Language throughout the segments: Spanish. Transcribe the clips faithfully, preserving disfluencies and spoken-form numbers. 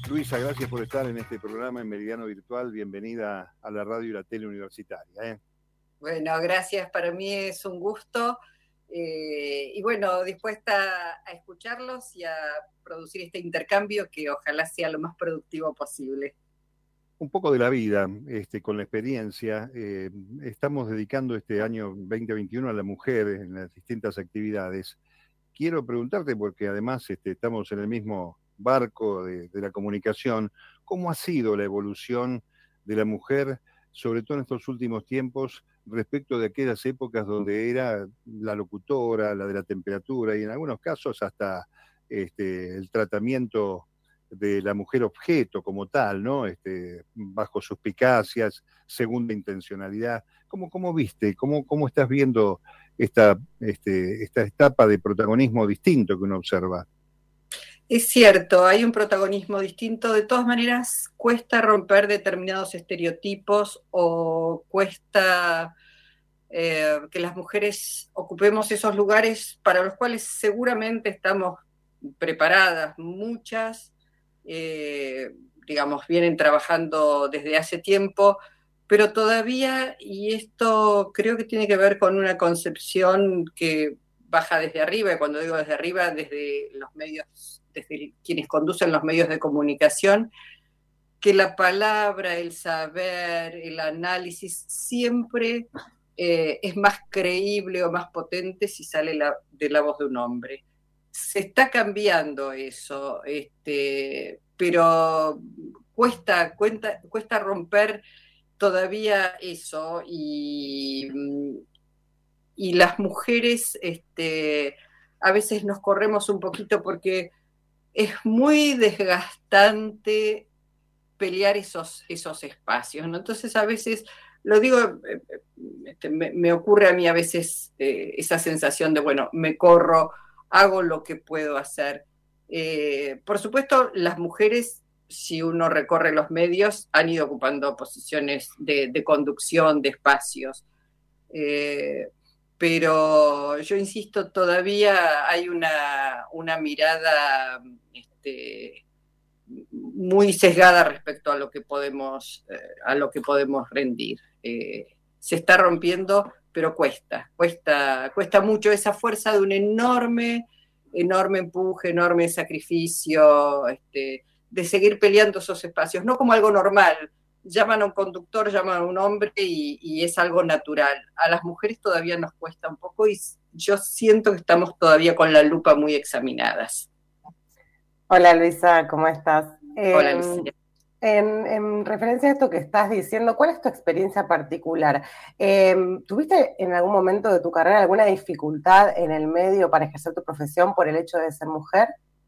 Luisa, gracias por estar en este programa en Meridiano Virtual. Bienvenida a la radio y la tele universitaria. ¿eh? Bueno, gracias. Para mí es un gusto. Eh, y bueno, dispuesta a escucharlos y a producir este intercambio que ojalá sea lo más productivo posible. Un poco de la vida, este, con la experiencia. Eh, estamos dedicando este año veinte veintiuno a la mujer en las distintas actividades. Quiero preguntarte, porque además este, estamos en el mismo barco de, de la comunicación, ¿cómo ha sido la evolución de la mujer, sobre todo en estos últimos tiempos, respecto de aquellas épocas donde era la locutora, la de la temperatura, y en algunos casos hasta este, el tratamiento de la mujer objeto como tal, ¿no? Este, bajo suspicacias, segunda intencionalidad. ¿Cómo, cómo viste? ¿Cómo, cómo estás viendo esta, este, esta etapa de protagonismo distinto que uno observa? Es cierto, hay un protagonismo distinto. De todas maneras, cuesta romper determinados estereotipos o cuesta eh, que las mujeres ocupemos esos lugares para los cuales seguramente estamos preparadas. Muchas, eh, digamos, vienen trabajando desde hace tiempo, pero todavía, y esto creo que tiene que ver con una concepción que baja desde arriba, y cuando digo desde arriba, desde los medios, desde quienes conducen los medios de comunicación, que la palabra, el saber, el análisis siempre eh, es más creíble o más potente si sale la, de la voz de un hombre. Se está cambiando eso, este, pero cuesta, cuenta, cuesta romper todavía eso y, y las mujeres este, a veces nos corremos un poquito porque es muy desgastante pelear esos, esos espacios, ¿no? Entonces a veces, lo digo, este, me, me ocurre a mí a veces eh, esa sensación de, bueno, me corro, hago lo que puedo hacer. Eh, por supuesto, las mujeres, si uno recorre los medios, han ido ocupando posiciones de, de conducción, de espacios. Eh, pero yo insisto, todavía hay una, una mirada este, muy sesgada respecto a lo que podemos, eh, a lo que podemos rendir. Eh, se está rompiendo, pero cuesta, cuesta, cuesta mucho esa fuerza de un enorme, enorme empuje, enorme sacrificio, este, de seguir peleando esos espacios, no como algo normal. Llaman a un conductor, llaman a un hombre y, y es algo natural. A las mujeres todavía nos cuesta un poco y yo siento que estamos todavía con la lupa muy examinadas. Hola Luisa, ¿cómo estás? Hola eh, Lucía. En, en referencia a esto que estás diciendo, ¿cuál es tu experiencia particular? Eh, ¿Tuviste en algún momento de tu carrera alguna dificultad en el medio para ejercer tu profesión por el hecho de ser mujer?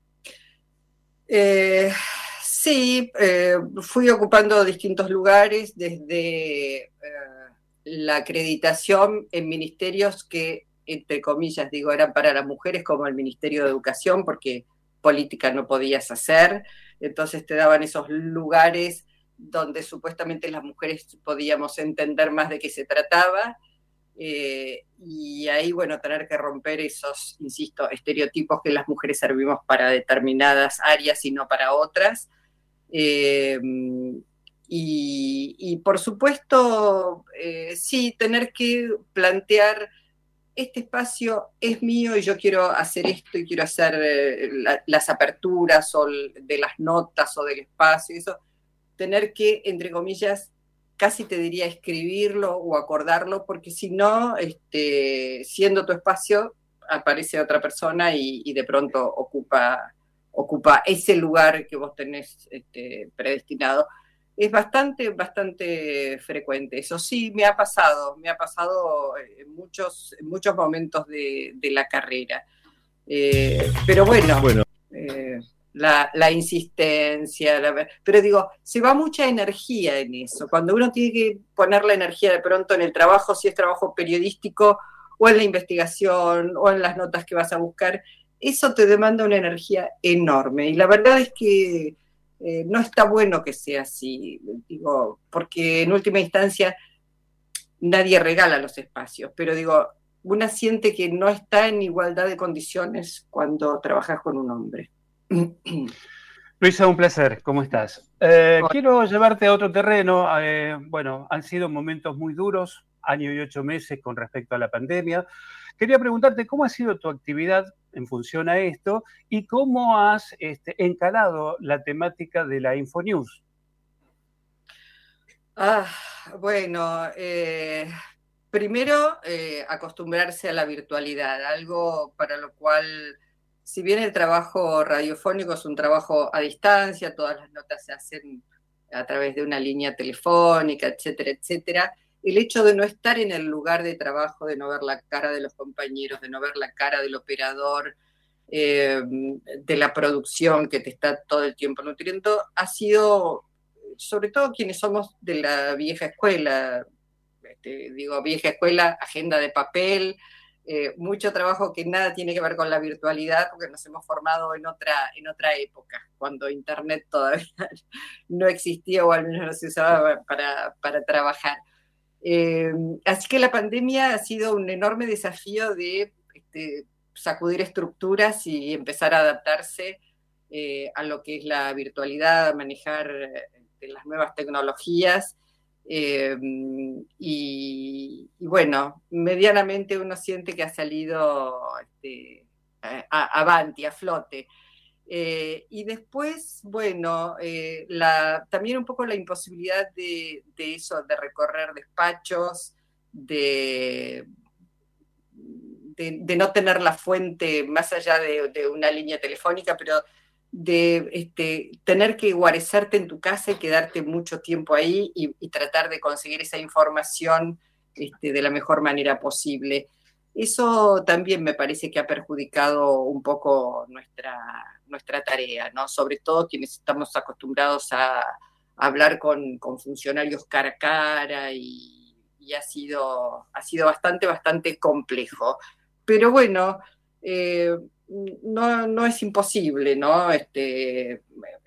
Eh, sí, eh, fui ocupando distintos lugares, desde eh, la acreditación en ministerios que, entre comillas, digo, eran para las mujeres, como el Ministerio de Educación, porque política no podías hacer, entonces te daban esos lugares donde supuestamente las mujeres podíamos entender más de qué se trataba, eh, y ahí, bueno, tener que romper esos, insisto, estereotipos que las mujeres servimos para determinadas áreas y no para otras. Eh, y, y por supuesto, eh, sí, tener que plantear este espacio es mío y yo quiero hacer esto y quiero hacer eh, la, las aperturas o de las notas o del espacio, eso, tener que, entre comillas, casi te diría escribirlo o acordarlo, porque si no, este, siendo tu espacio, aparece otra persona y, y de pronto ocupa, ocupa ese lugar que vos tenés este, predestinado. Es bastante, bastante frecuente. Eso sí, me ha pasado, me ha pasado en muchos, en muchos momentos de, de la carrera. Eh, pero bueno, bueno. Eh, la, la insistencia, la, pero digo, se va mucha energía en eso. Cuando uno tiene que poner la energía de pronto en el trabajo, si es trabajo periodístico, o en la investigación, o en las notas que vas a buscar, eso te demanda una energía enorme. Y la verdad es que Eh, no está bueno que sea así, digo, porque en última instancia nadie regala los espacios, pero digo, una siente que no está en igualdad de condiciones cuando trabajas con un hombre. Luisa, un placer. ¿Cómo estás? Eh, quiero llevarte a otro terreno. Eh, bueno, han sido momentos muy duros, año y ocho meses con respecto a la pandemia. Quería preguntarte cómo ha sido tu actividad en función a esto y cómo has este, encarado la temática de la Infonews. Ah, bueno, eh, primero eh, acostumbrarse a la virtualidad, algo para lo cual, si bien el trabajo radiofónico es un trabajo a distancia, todas las notas se hacen a través de una línea telefónica, etcétera, etcétera, el hecho de no estar en el lugar de trabajo, de no ver la cara de los compañeros, de no ver la cara del operador, eh, de la producción que te está todo el tiempo nutriendo, ha sido, sobre todo quienes somos de la vieja escuela, este, digo vieja escuela, agenda de papel, eh, mucho trabajo que nada tiene que ver con la virtualidad, porque nos hemos formado en otra, en otra época, cuando Internet todavía no existía o al menos no se usaba para, para trabajar. Eh, así que la pandemia ha sido un enorme desafío de este, sacudir estructuras y empezar a adaptarse eh, a lo que es la virtualidad, a manejar eh, las nuevas tecnologías. Eh, y, y bueno, medianamente uno siente que ha salido este, a, avanti, a flote. Eh, y después, bueno, eh, la, también un poco la imposibilidad de, de eso, de recorrer despachos, de, de, de no tener la fuente más allá de, de una línea telefónica, pero de este, tener que guarecerte en tu casa y quedarte mucho tiempo ahí y, y tratar de conseguir esa información este, de la mejor manera posible. Eso también me parece que ha perjudicado un poco nuestra, nuestra tarea, ¿no? Sobre todo quienes estamos acostumbrados a, a hablar con, con funcionarios cara a cara y, y ha sido, ha sido bastante, bastante complejo. Pero bueno, eh, no, no es imposible, ¿no? Este,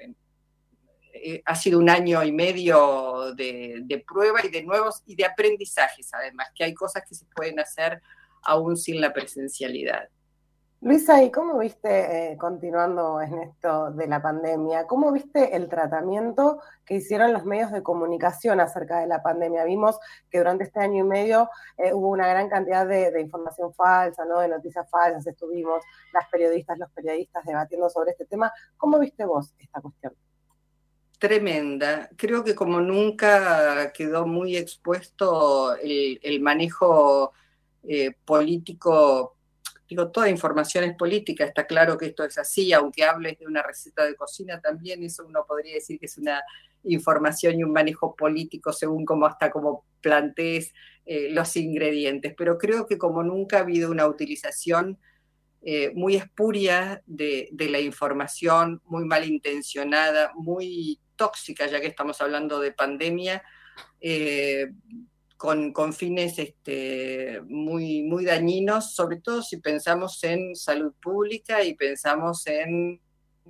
eh, ha sido un año y medio de, de prueba y de nuevos y de aprendizajes, además, que hay cosas que se pueden hacer aún sin la presencialidad. Luisa, ¿y cómo viste, eh, continuando en esto de la pandemia, cómo viste el tratamiento que hicieron los medios de comunicación acerca de la pandemia? Vimos que durante este año y medio eh, hubo una gran cantidad de, de información falsa, ¿no? De noticias falsas, estuvimos las periodistas, los periodistas debatiendo sobre este tema. ¿Cómo viste vos esta cuestión? Tremenda. Creo que como nunca quedó muy expuesto el, el manejo eh, político. Digo, toda información es política, está claro que esto es así, aunque hables de una receta de cocina también, eso uno podría decir que es una información y un manejo político según cómo hasta cómo plantees eh, los ingredientes. Pero creo que como nunca ha habido una utilización eh, muy espuria de, de la información, muy malintencionada, muy tóxica, ya que estamos hablando de pandemia, eh, Con, con fines este, muy, muy dañinos, sobre todo si pensamos en salud pública y pensamos en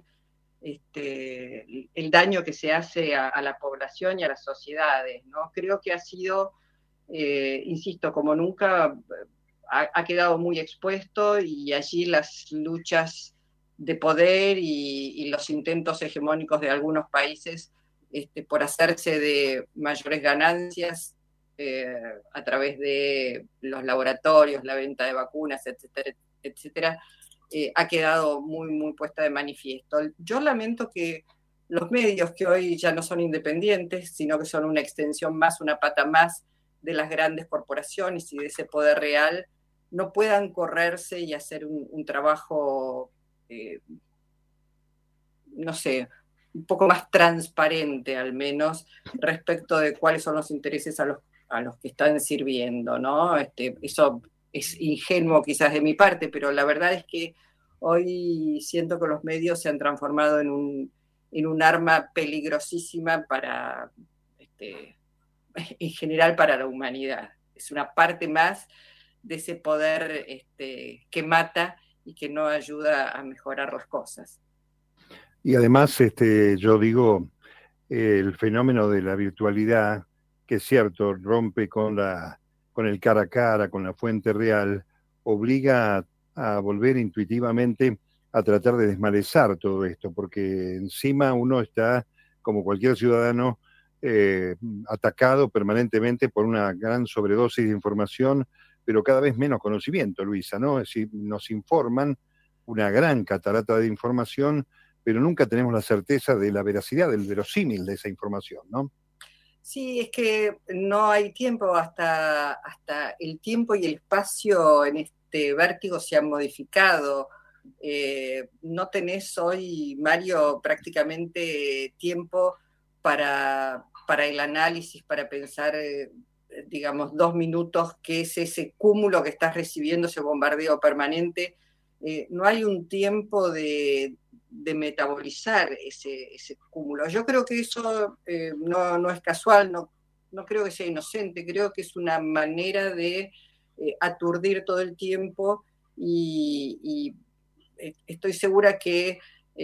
este, el daño que se hace a, a la población y a las sociedades, ¿no? Creo que ha sido, eh, insisto, como nunca, ha, ha quedado muy expuesto y allí las luchas de poder y, y los intentos hegemónicos de algunos países este, por hacerse de mayores ganancias Eh, a través de los laboratorios, la venta de vacunas, etcétera, etcétera, eh, ha quedado muy, muy puesta de manifiesto. Yo lamento que los medios, que hoy ya no son independientes, sino que son una extensión más, una pata más de las grandes corporaciones y de ese poder real, no puedan correrse y hacer un, un trabajo, eh, no sé, un poco más transparente al menos, respecto de cuáles son los intereses a los a los que están sirviendo, ¿no? Este, eso es ingenuo quizás de mi parte, pero la verdad es que hoy siento que los medios se han transformado en un, en un arma peligrosísima para, este, en general para la humanidad. Es una parte más de ese poder este, que mata y que no ayuda a mejorar las cosas. Y además, este, yo digo, eh, el fenómeno de la virtualidad, que es cierto, rompe con, la, con el cara a cara, con la fuente real, obliga a, a volver intuitivamente a tratar de desmalezar todo esto, porque encima uno está, como cualquier ciudadano, eh, atacado permanentemente por una gran sobredosis de información, pero cada vez menos conocimiento, Luisa, ¿no? Es decir, nos informan una gran catarata de información, pero nunca tenemos la certeza de la veracidad, del verosímil de esa información, ¿no? Sí, es que no hay tiempo, hasta, hasta el tiempo y el espacio en este vértigo se han modificado. Eh, no tenés hoy, Mario, prácticamente tiempo para, para el análisis, para pensar, eh, digamos, dos minutos, qué es ese cúmulo que estás recibiendo, ese bombardeo permanente. Eh, no hay un tiempo de, de metabolizar ese, ese cúmulo. Yo creo que eso eh, no, no es casual, no, no creo que sea inocente, creo que es una manera de eh, aturdir todo el tiempo y, y estoy segura que,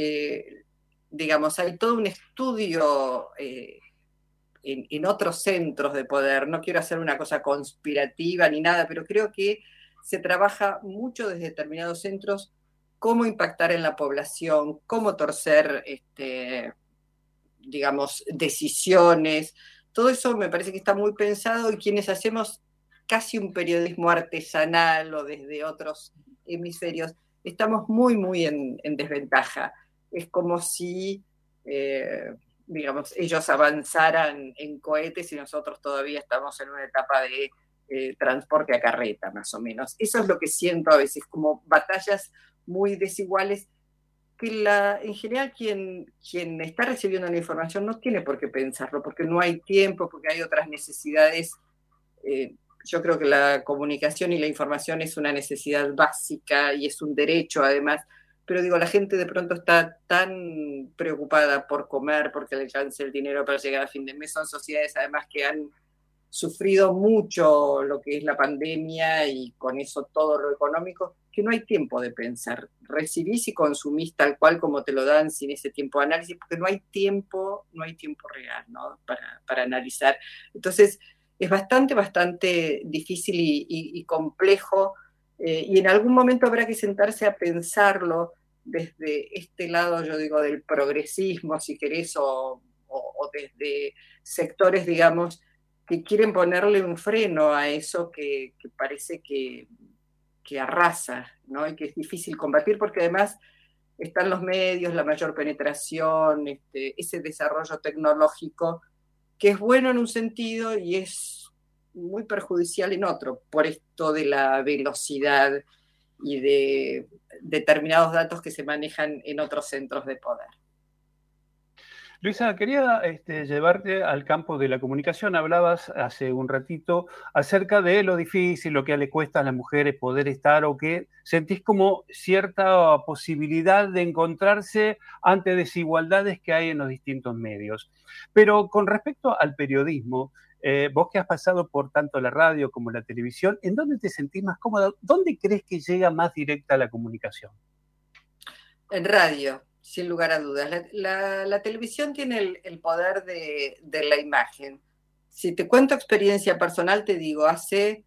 eh, digamos, hay todo un estudio eh, en, en otros centros de poder. No quiero hacer una cosa conspirativa ni nada, pero creo que se trabaja mucho desde determinados centros cómo impactar en la población, cómo torcer, este, digamos, decisiones. Todo eso me parece que está muy pensado y quienes hacemos casi un periodismo artesanal o desde otros hemisferios, estamos muy, muy en, en desventaja. Es como si, eh, digamos, ellos avanzaran en cohetes y nosotros todavía estamos en una etapa de eh, transporte a carreta, más o menos. Eso es lo que siento a veces, como batallas muy desiguales, que la, en general quien, quien está recibiendo la información no tiene por qué pensarlo, porque no hay tiempo, porque hay otras necesidades. Eh, yo creo que la comunicación y la información es una necesidad básica y es un derecho además, pero digo, la gente de pronto está tan preocupada por comer, porque le alcance el dinero para llegar a fin de mes. Son sociedades además que han sufrido mucho lo que es la pandemia y con eso todo lo económico, que no hay tiempo de pensar. Recibís y consumís tal cual como te lo dan sin ese tiempo de análisis, porque no hay tiempo, no hay tiempo real, ¿no? para, para analizar. Entonces, es bastante, bastante difícil y, y, y complejo, eh, y en algún momento habrá que sentarse a pensarlo desde este lado, yo digo, del progresismo, si querés, o, o, o desde sectores, digamos, que quieren ponerle un freno a eso que, que parece que, que arrasa, ¿no? Y que es difícil combatir, porque además están los medios, la mayor penetración, este, ese desarrollo tecnológico, que es bueno en un sentido y es muy perjudicial en otro, por esto de la velocidad y de determinados datos que se manejan en otros centros de poder. Luisa, quería este, llevarte al campo de la comunicación. Hablabas hace un ratito acerca de lo difícil, lo que le cuesta a las mujeres poder estar, o que sentís como cierta posibilidad de encontrarse ante desigualdades que hay en los distintos medios. Pero con respecto al periodismo, eh, vos que has pasado por tanto la radio como la televisión, ¿en dónde te sentís más cómoda? ¿Dónde crees que llega más directa la comunicación? En radio. Sin lugar a dudas. La, la, la televisión tiene el, el poder de, de la imagen. Si te cuento experiencia personal, te digo, hace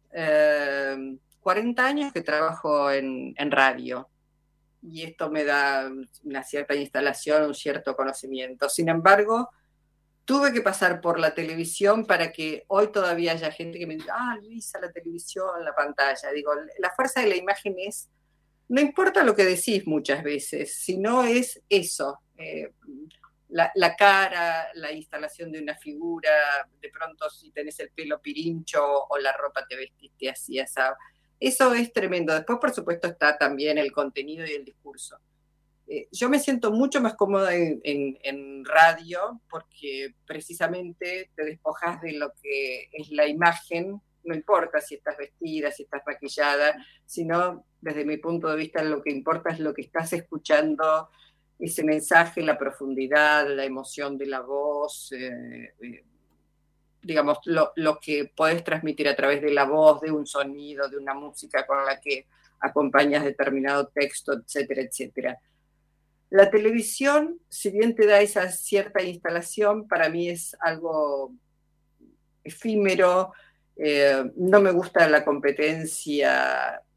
eh, cuarenta años que trabajo en, en radio y esto me da una cierta instalación, un cierto conocimiento. Sin embargo, tuve que pasar por la televisión para que hoy todavía haya gente que me diga, ah, Luisa, la televisión, la pantalla. Digo, la fuerza de la imagen es, no importa lo que decís muchas veces, sino es eso, eh, la, la cara, la instalación de una figura, de pronto si tenés el pelo pirincho o la ropa te vestiste así, así. Eso es tremendo. Después, por supuesto, está también el contenido y el discurso. Eh, yo me siento mucho más cómoda en, en, en radio porque precisamente te despojas de lo que es la imagen. No importa si estás vestida, si estás maquillada, sino desde mi punto de vista lo que importa es lo que estás escuchando, ese mensaje, la profundidad, la emoción de la voz, eh, eh, digamos, lo, lo que podés transmitir a través de la voz, de un sonido, de una música con la que acompañas determinado texto, etcétera, etcétera. La televisión, si bien te da esa cierta instalación, para mí es algo efímero. Eh, no me gusta la competencia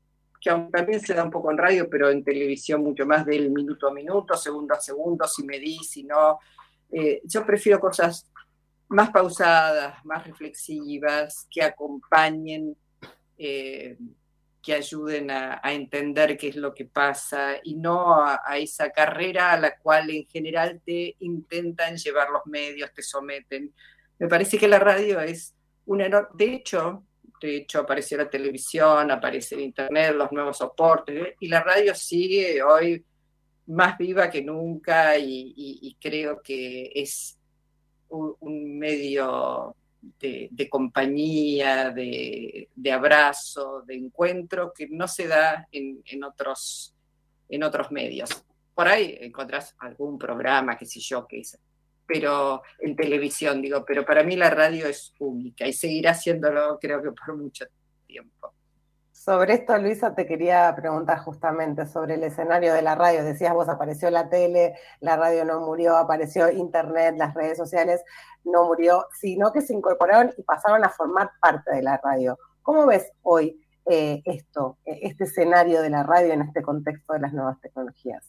que aún también se da un poco en radio, pero en televisión mucho más del minuto a minuto, segundo a segundo, si me di, si no. Eh, yo prefiero cosas más pausadas, más reflexivas, que acompañen, eh, que ayuden a, a entender qué es lo que pasa y no a, a esa carrera a la cual en general te intentan llevar los medios, te someten. Me parece que la radio es una enorme... De hecho, de hecho apareció la televisión, aparece el internet, los nuevos soportes, ¿eh? Y la radio sigue hoy más viva que nunca y, y, y creo que es un, un medio de, de compañía, de, de abrazo, de encuentro que no se da en, en, otros, en otros medios. Por ahí encontrás algún programa, qué sé yo, que es, pero en televisión, digo, pero para mí la radio es única y seguirá haciéndolo, creo que por mucho tiempo. Sobre esto, Luisa, te quería preguntar justamente sobre el escenario de la radio. Decías vos, apareció la tele, la radio no murió, apareció internet, las redes sociales, no murió, sino que se incorporaron y pasaron a formar parte de la radio. ¿Cómo ves hoy eh, esto, este escenario de la radio en este contexto de las nuevas tecnologías?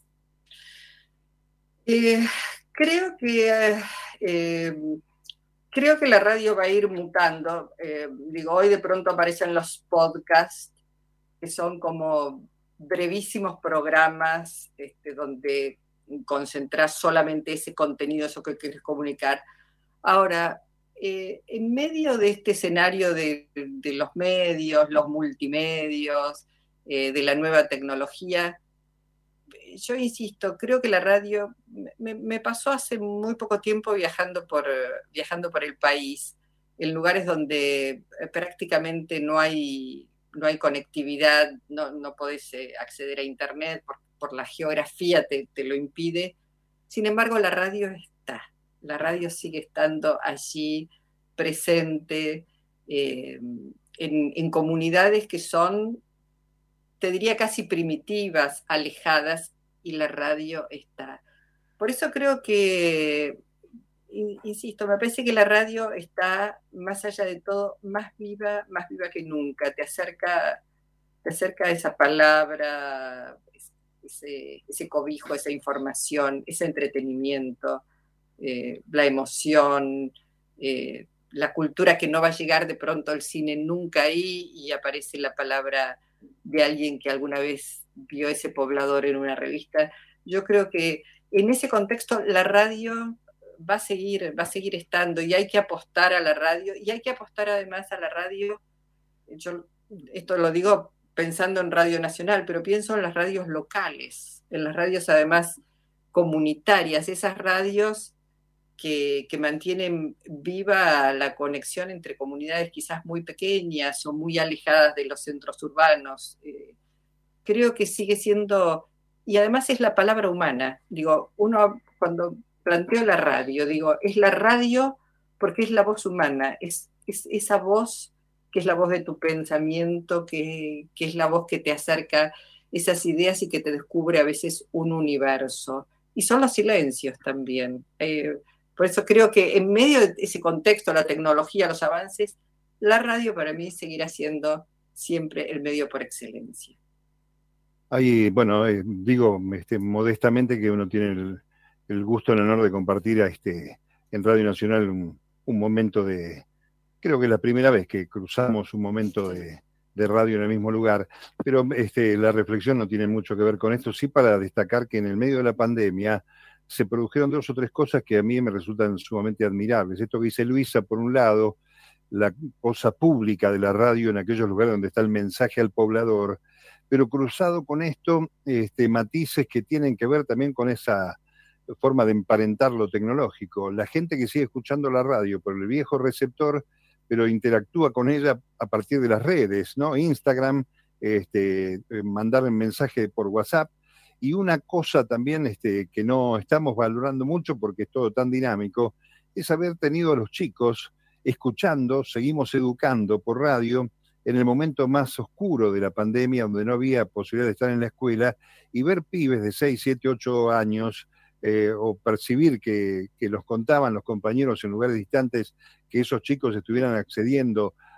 Eh, creo que... Eh, creo que la radio va a ir mutando. Eh, digo, hoy de pronto aparecen los podcasts, que son como brevísimos programas este, donde concentras solamente ese contenido, eso que quieres comunicar. Ahora, eh, en medio de este escenario de, de los medios, los multimedios, eh, de la nueva tecnología, yo insisto, creo que la radio, me, me pasó hace muy poco tiempo viajando por, viajando por el país, en lugares donde prácticamente no hay... no hay conectividad, no, no podés acceder a internet, por, por la geografía te, te lo impide. Sin embargo, la radio está, la radio sigue estando allí, presente, eh, en, en comunidades que son, te diría, casi primitivas, alejadas, y la radio está. Por eso creo que, insisto, me parece que la radio está, más allá de todo, más viva, más viva que nunca. Te acerca, te acerca a esa palabra, ese, ese cobijo, esa información, ese entretenimiento, eh, la emoción, eh, la cultura que no va a llegar de pronto al cine nunca ahí y aparece la palabra de alguien que alguna vez vio ese poblador en una revista. Yo creo que en ese contexto la radio va a seguir, va a seguir estando y hay que apostar a la radio y hay que apostar además a la radio. Yo esto lo digo pensando en Radio Nacional, pero pienso en las radios locales, en las radios además comunitarias, esas radios que, que mantienen viva la conexión entre comunidades quizás muy pequeñas o muy alejadas de los centros urbanos. Eh, creo que sigue siendo, y además es la palabra humana. Digo, uno cuando planteo la radio, digo, es la radio porque es la voz humana, es, es esa voz que es la voz de tu pensamiento, que, que es la voz que te acerca esas ideas y que te descubre a veces un universo. Y son los silencios también. Eh, por eso creo que en medio de ese contexto, la tecnología, los avances, la radio para mí seguirá siendo siempre el medio por excelencia. Ahí, bueno, eh, digo este, modestamente que uno tiene el, el gusto, el honor de compartir a este, en Radio Nacional un, un momento de, creo que es la primera vez que cruzamos un momento de, de radio en el mismo lugar, pero este, la reflexión no tiene mucho que ver con esto, sí para destacar que en el medio de la pandemia se produjeron dos o tres cosas que a mí me resultan sumamente admirables. Esto que dice Luisa, por un lado, la cosa pública de la radio en aquellos lugares donde está el mensaje al poblador, pero cruzado con esto, este, matices que tienen que ver también con esa forma de emparentar lo tecnológico. La gente que sigue escuchando la radio por el viejo receptor, pero interactúa con ella a partir de las redes, ¿no? Instagram, este, mandar un mensaje por WhatsApp, y una cosa también este, que no estamos valorando mucho porque es todo tan dinámico, es haber tenido a los chicos escuchando, seguimos educando por radio, en el momento más oscuro de la pandemia, donde no había posibilidad de estar en la escuela, y ver pibes de seis, siete, ocho años, eh, o percibir que, que los contaban los compañeros en lugares distantes, que esos chicos estuvieran accediendo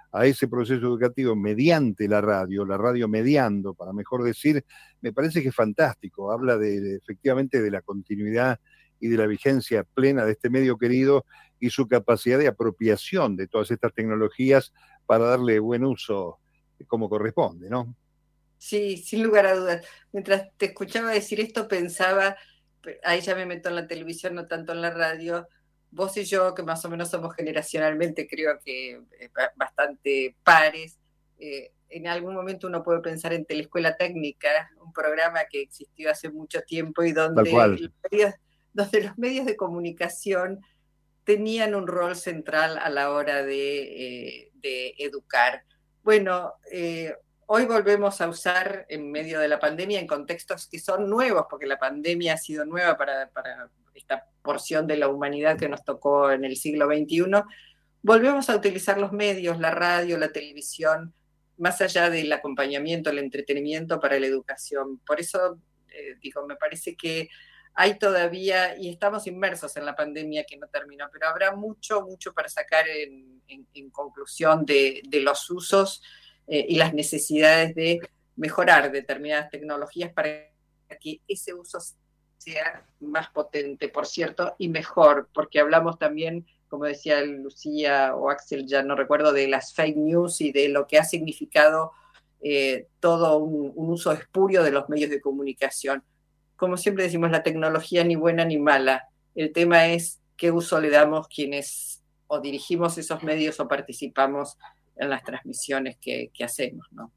a ese proceso educativo mediante la radio, la radio mediando, para mejor decir, me parece que es fantástico. Habla de, de, efectivamente de la continuidad y de la vigencia plena de este medio querido y su capacidad de apropiación de todas estas tecnologías para darle buen uso como corresponde, ¿no? Sí, sin lugar a dudas. Mientras te escuchaba decir esto, pensaba, ahí ya me meto en la televisión, no tanto en la radio, vos y yo, que más o menos somos generacionalmente, creo que bastante pares, eh, en algún momento uno puede pensar en Telescuela Técnica, un programa que existió hace mucho tiempo y donde los medios, donde los medios de comunicación tenían un rol central a la hora de, eh, de educar. Bueno, eh, hoy volvemos a usar en medio de la pandemia en contextos que son nuevos, porque la pandemia ha sido nueva para, para esta porción de la humanidad que nos tocó en el siglo veintiuno. Volvemos a utilizar los medios, la radio, la televisión, más allá del acompañamiento, el entretenimiento para la educación. Por eso, eh, digo, me parece que hay todavía, y estamos inmersos en la pandemia que no terminó, pero habrá mucho, mucho para sacar en, en, en conclusión de, de los usos eh, y las necesidades de mejorar determinadas tecnologías para que ese uso sea más potente, por cierto, y mejor, porque hablamos también, como decía Lucía o Axel, ya no recuerdo, de las fake news y de lo que ha significado eh, todo un, un uso espurio de los medios de comunicación. Como siempre decimos, la tecnología ni buena ni mala. El tema es qué uso le damos quienes o dirigimos esos medios o participamos en las transmisiones que, que hacemos, ¿no?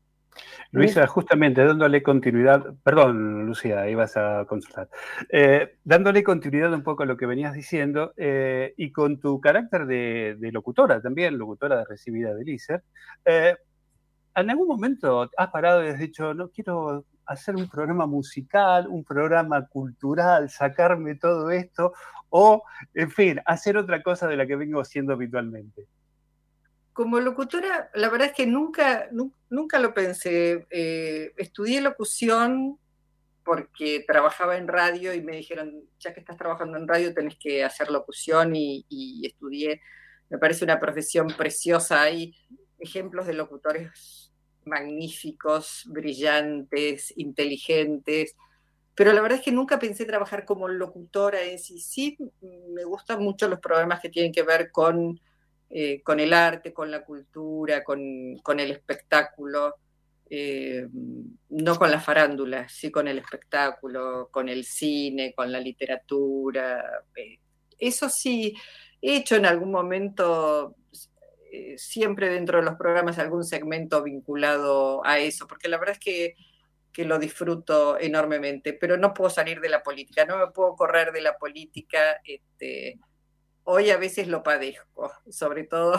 Luisa, justamente dándole continuidad, perdón, Lucía, ibas a consultar, eh, dándole continuidad un poco a lo que venías diciendo eh, y con tu carácter de, de locutora también, locutora de recibida del I S E R, eh, ¿en algún momento has parado y has dicho, no quiero hacer un programa musical, un programa cultural, sacarme todo esto, o, en fin, hacer otra cosa de la que vengo haciendo habitualmente? Como locutora, la verdad es que nunca, nunca lo pensé. Eh, estudié locución porque trabajaba en radio y me dijeron, ya que estás trabajando en radio tenés que hacer locución y, y estudié. Me parece una profesión preciosa. Hay ejemplos de locutores magníficos, brillantes, inteligentes, pero la verdad es que nunca pensé trabajar como locutora en sí. Sí, me gustan mucho los programas que tienen que ver con, eh, con el arte, con la cultura, con, con el espectáculo, eh, no con la farándula, sí con el espectáculo, con el cine, con la literatura. Eh, eso sí, he hecho en algún momento, eh, siempre dentro de los programas, algún segmento vinculado a eso, porque la verdad es que que lo disfruto enormemente, pero no puedo salir de la política, no me puedo correr de la política. Este, hoy a veces lo padezco, sobre todo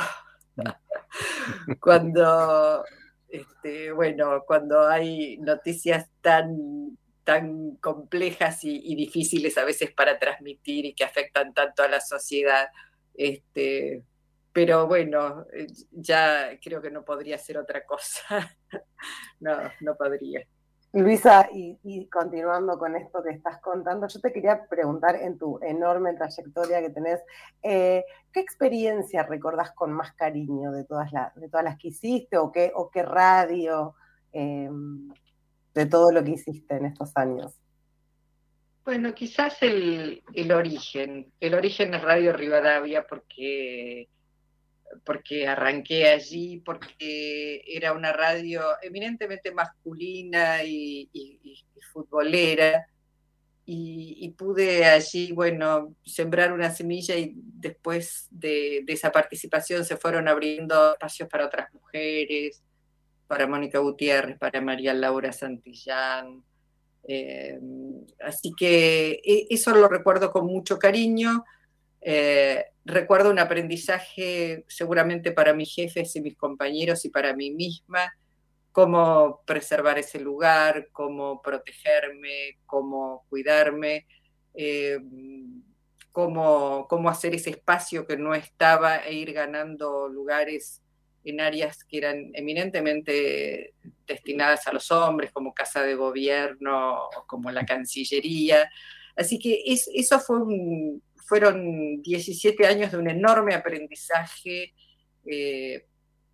cuando, este, bueno, cuando hay noticias tan, tan complejas y, y difíciles a veces para transmitir y que afectan tanto a la sociedad. Este, pero bueno, ya creo que no podría ser otra cosa. No, no podría. Luisa, y, y continuando con esto que estás contando, yo te quería preguntar en tu enorme trayectoria que tenés, eh, ¿qué experiencia recordás con más cariño de todas, la, de todas las que hiciste o qué, o qué radio, eh, de todo lo que hiciste en estos años? Bueno, quizás el, el origen, el origen es Radio Rivadavia porque... porque arranqué allí, porque era una radio eminentemente masculina y, y, y futbolera, y, y pude allí, bueno, sembrar una semilla y después de, de esa participación se fueron abriendo espacios para otras mujeres, para Mónica Gutiérrez, para María Laura Santillán. Eh, así que eso lo recuerdo con mucho cariño. Eh, recuerdo un aprendizaje seguramente para mis jefes y mis compañeros y para mí misma, cómo preservar ese lugar, cómo protegerme, cómo cuidarme, eh, cómo, cómo hacer ese espacio que no estaba e ir ganando lugares en áreas que eran eminentemente destinadas a los hombres, como Casa de Gobierno, como la Cancillería. Así que es, eso fue un... fueron diecisiete años de un enorme aprendizaje, eh,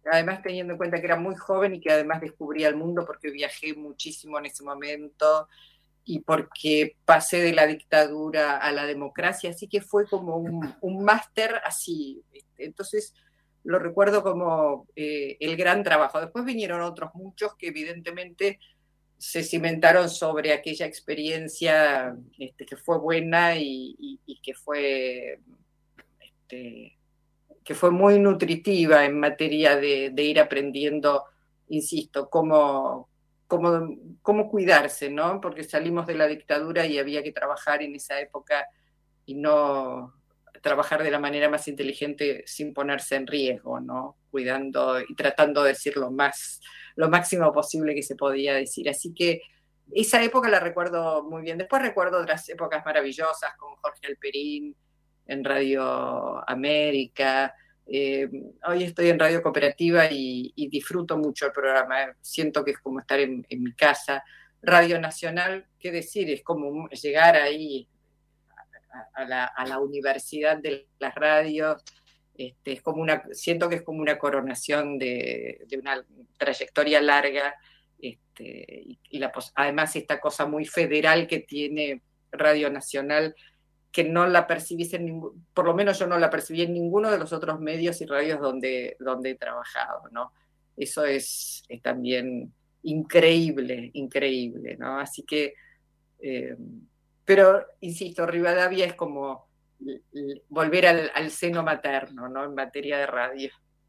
además teniendo en cuenta que era muy joven y que además descubría el mundo porque viajé muchísimo en ese momento y porque pasé de la dictadura a la democracia, así que fue como un, un máster así. Entonces lo recuerdo como eh, el gran trabajo. Después vinieron otros muchos que evidentemente se cimentaron sobre aquella experiencia este, que fue buena y, y, y que fue este, que fue muy nutritiva en materia de, de ir aprendiendo, insisto, cómo, cómo, cómo cuidarse, ¿no? Porque salimos de la dictadura y había que trabajar en esa época y no trabajar de la manera más inteligente sin ponerse en riesgo, ¿no? Cuidando y tratando de decir lo más, lo máximo posible que se podía decir. Así que esa época la recuerdo muy bien. Después recuerdo otras épocas maravillosas con Jorge Alperín en Radio América. Eh, hoy estoy en Radio Cooperativa y, y disfruto mucho el programa. Siento que es como estar en, en mi casa. Radio Nacional, qué decir, es como llegar ahí a, a, la, a la universidad de las radios. Este, es como una, siento que es como una coronación de, de una trayectoria larga. Este, y, y la, además esta cosa muy federal que tiene Radio Nacional, que no la percibís en ningún, por lo menos yo no la percibí en ninguno de los otros medios y radios donde, donde he trabajado, ¿no? Eso es, es también increíble, increíble, ¿no? Así que, eh, pero, insisto, Rivadavia es como volver al, al seno materno, ¿no? En materia de radio.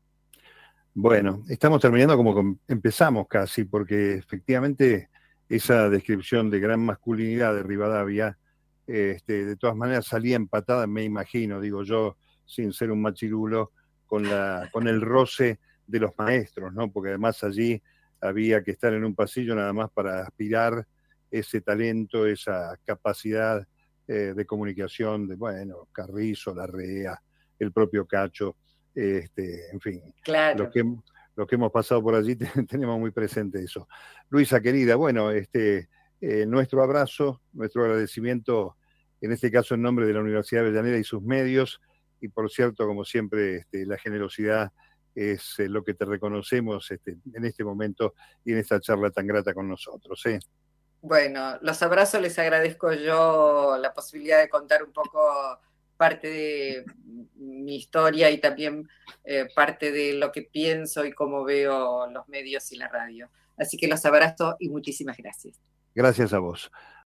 Bueno, estamos terminando como empezamos casi, porque efectivamente esa descripción de gran masculinidad de Rivadavia, este, de todas maneras salía empatada, me imagino, digo yo, sin ser un machirulo, con, la, con el roce de los maestros, ¿no? Porque además allí había que estar en un pasillo nada más para aspirar ese talento, esa capacidad eh, de comunicación de, bueno, Carrizo, Larrea, el propio Cacho, este, en fin, claro. Los que, los que hemos pasado por allí tenemos muy presente eso. Luisa, querida, bueno, este, eh, nuestro abrazo, nuestro agradecimiento, en este caso en nombre de la Universidad de Avellaneda y sus medios, y por cierto, como siempre, este, la generosidad es eh, lo que te reconocemos este, en este momento y en esta charla tan grata con nosotros. ¿eh? Bueno, los abrazos les agradezco yo la posibilidad de contar un poco parte de mi historia y también eh, parte de lo que pienso y cómo veo los medios y la radio. Así que los abrazo y muchísimas gracias. Gracias a vos.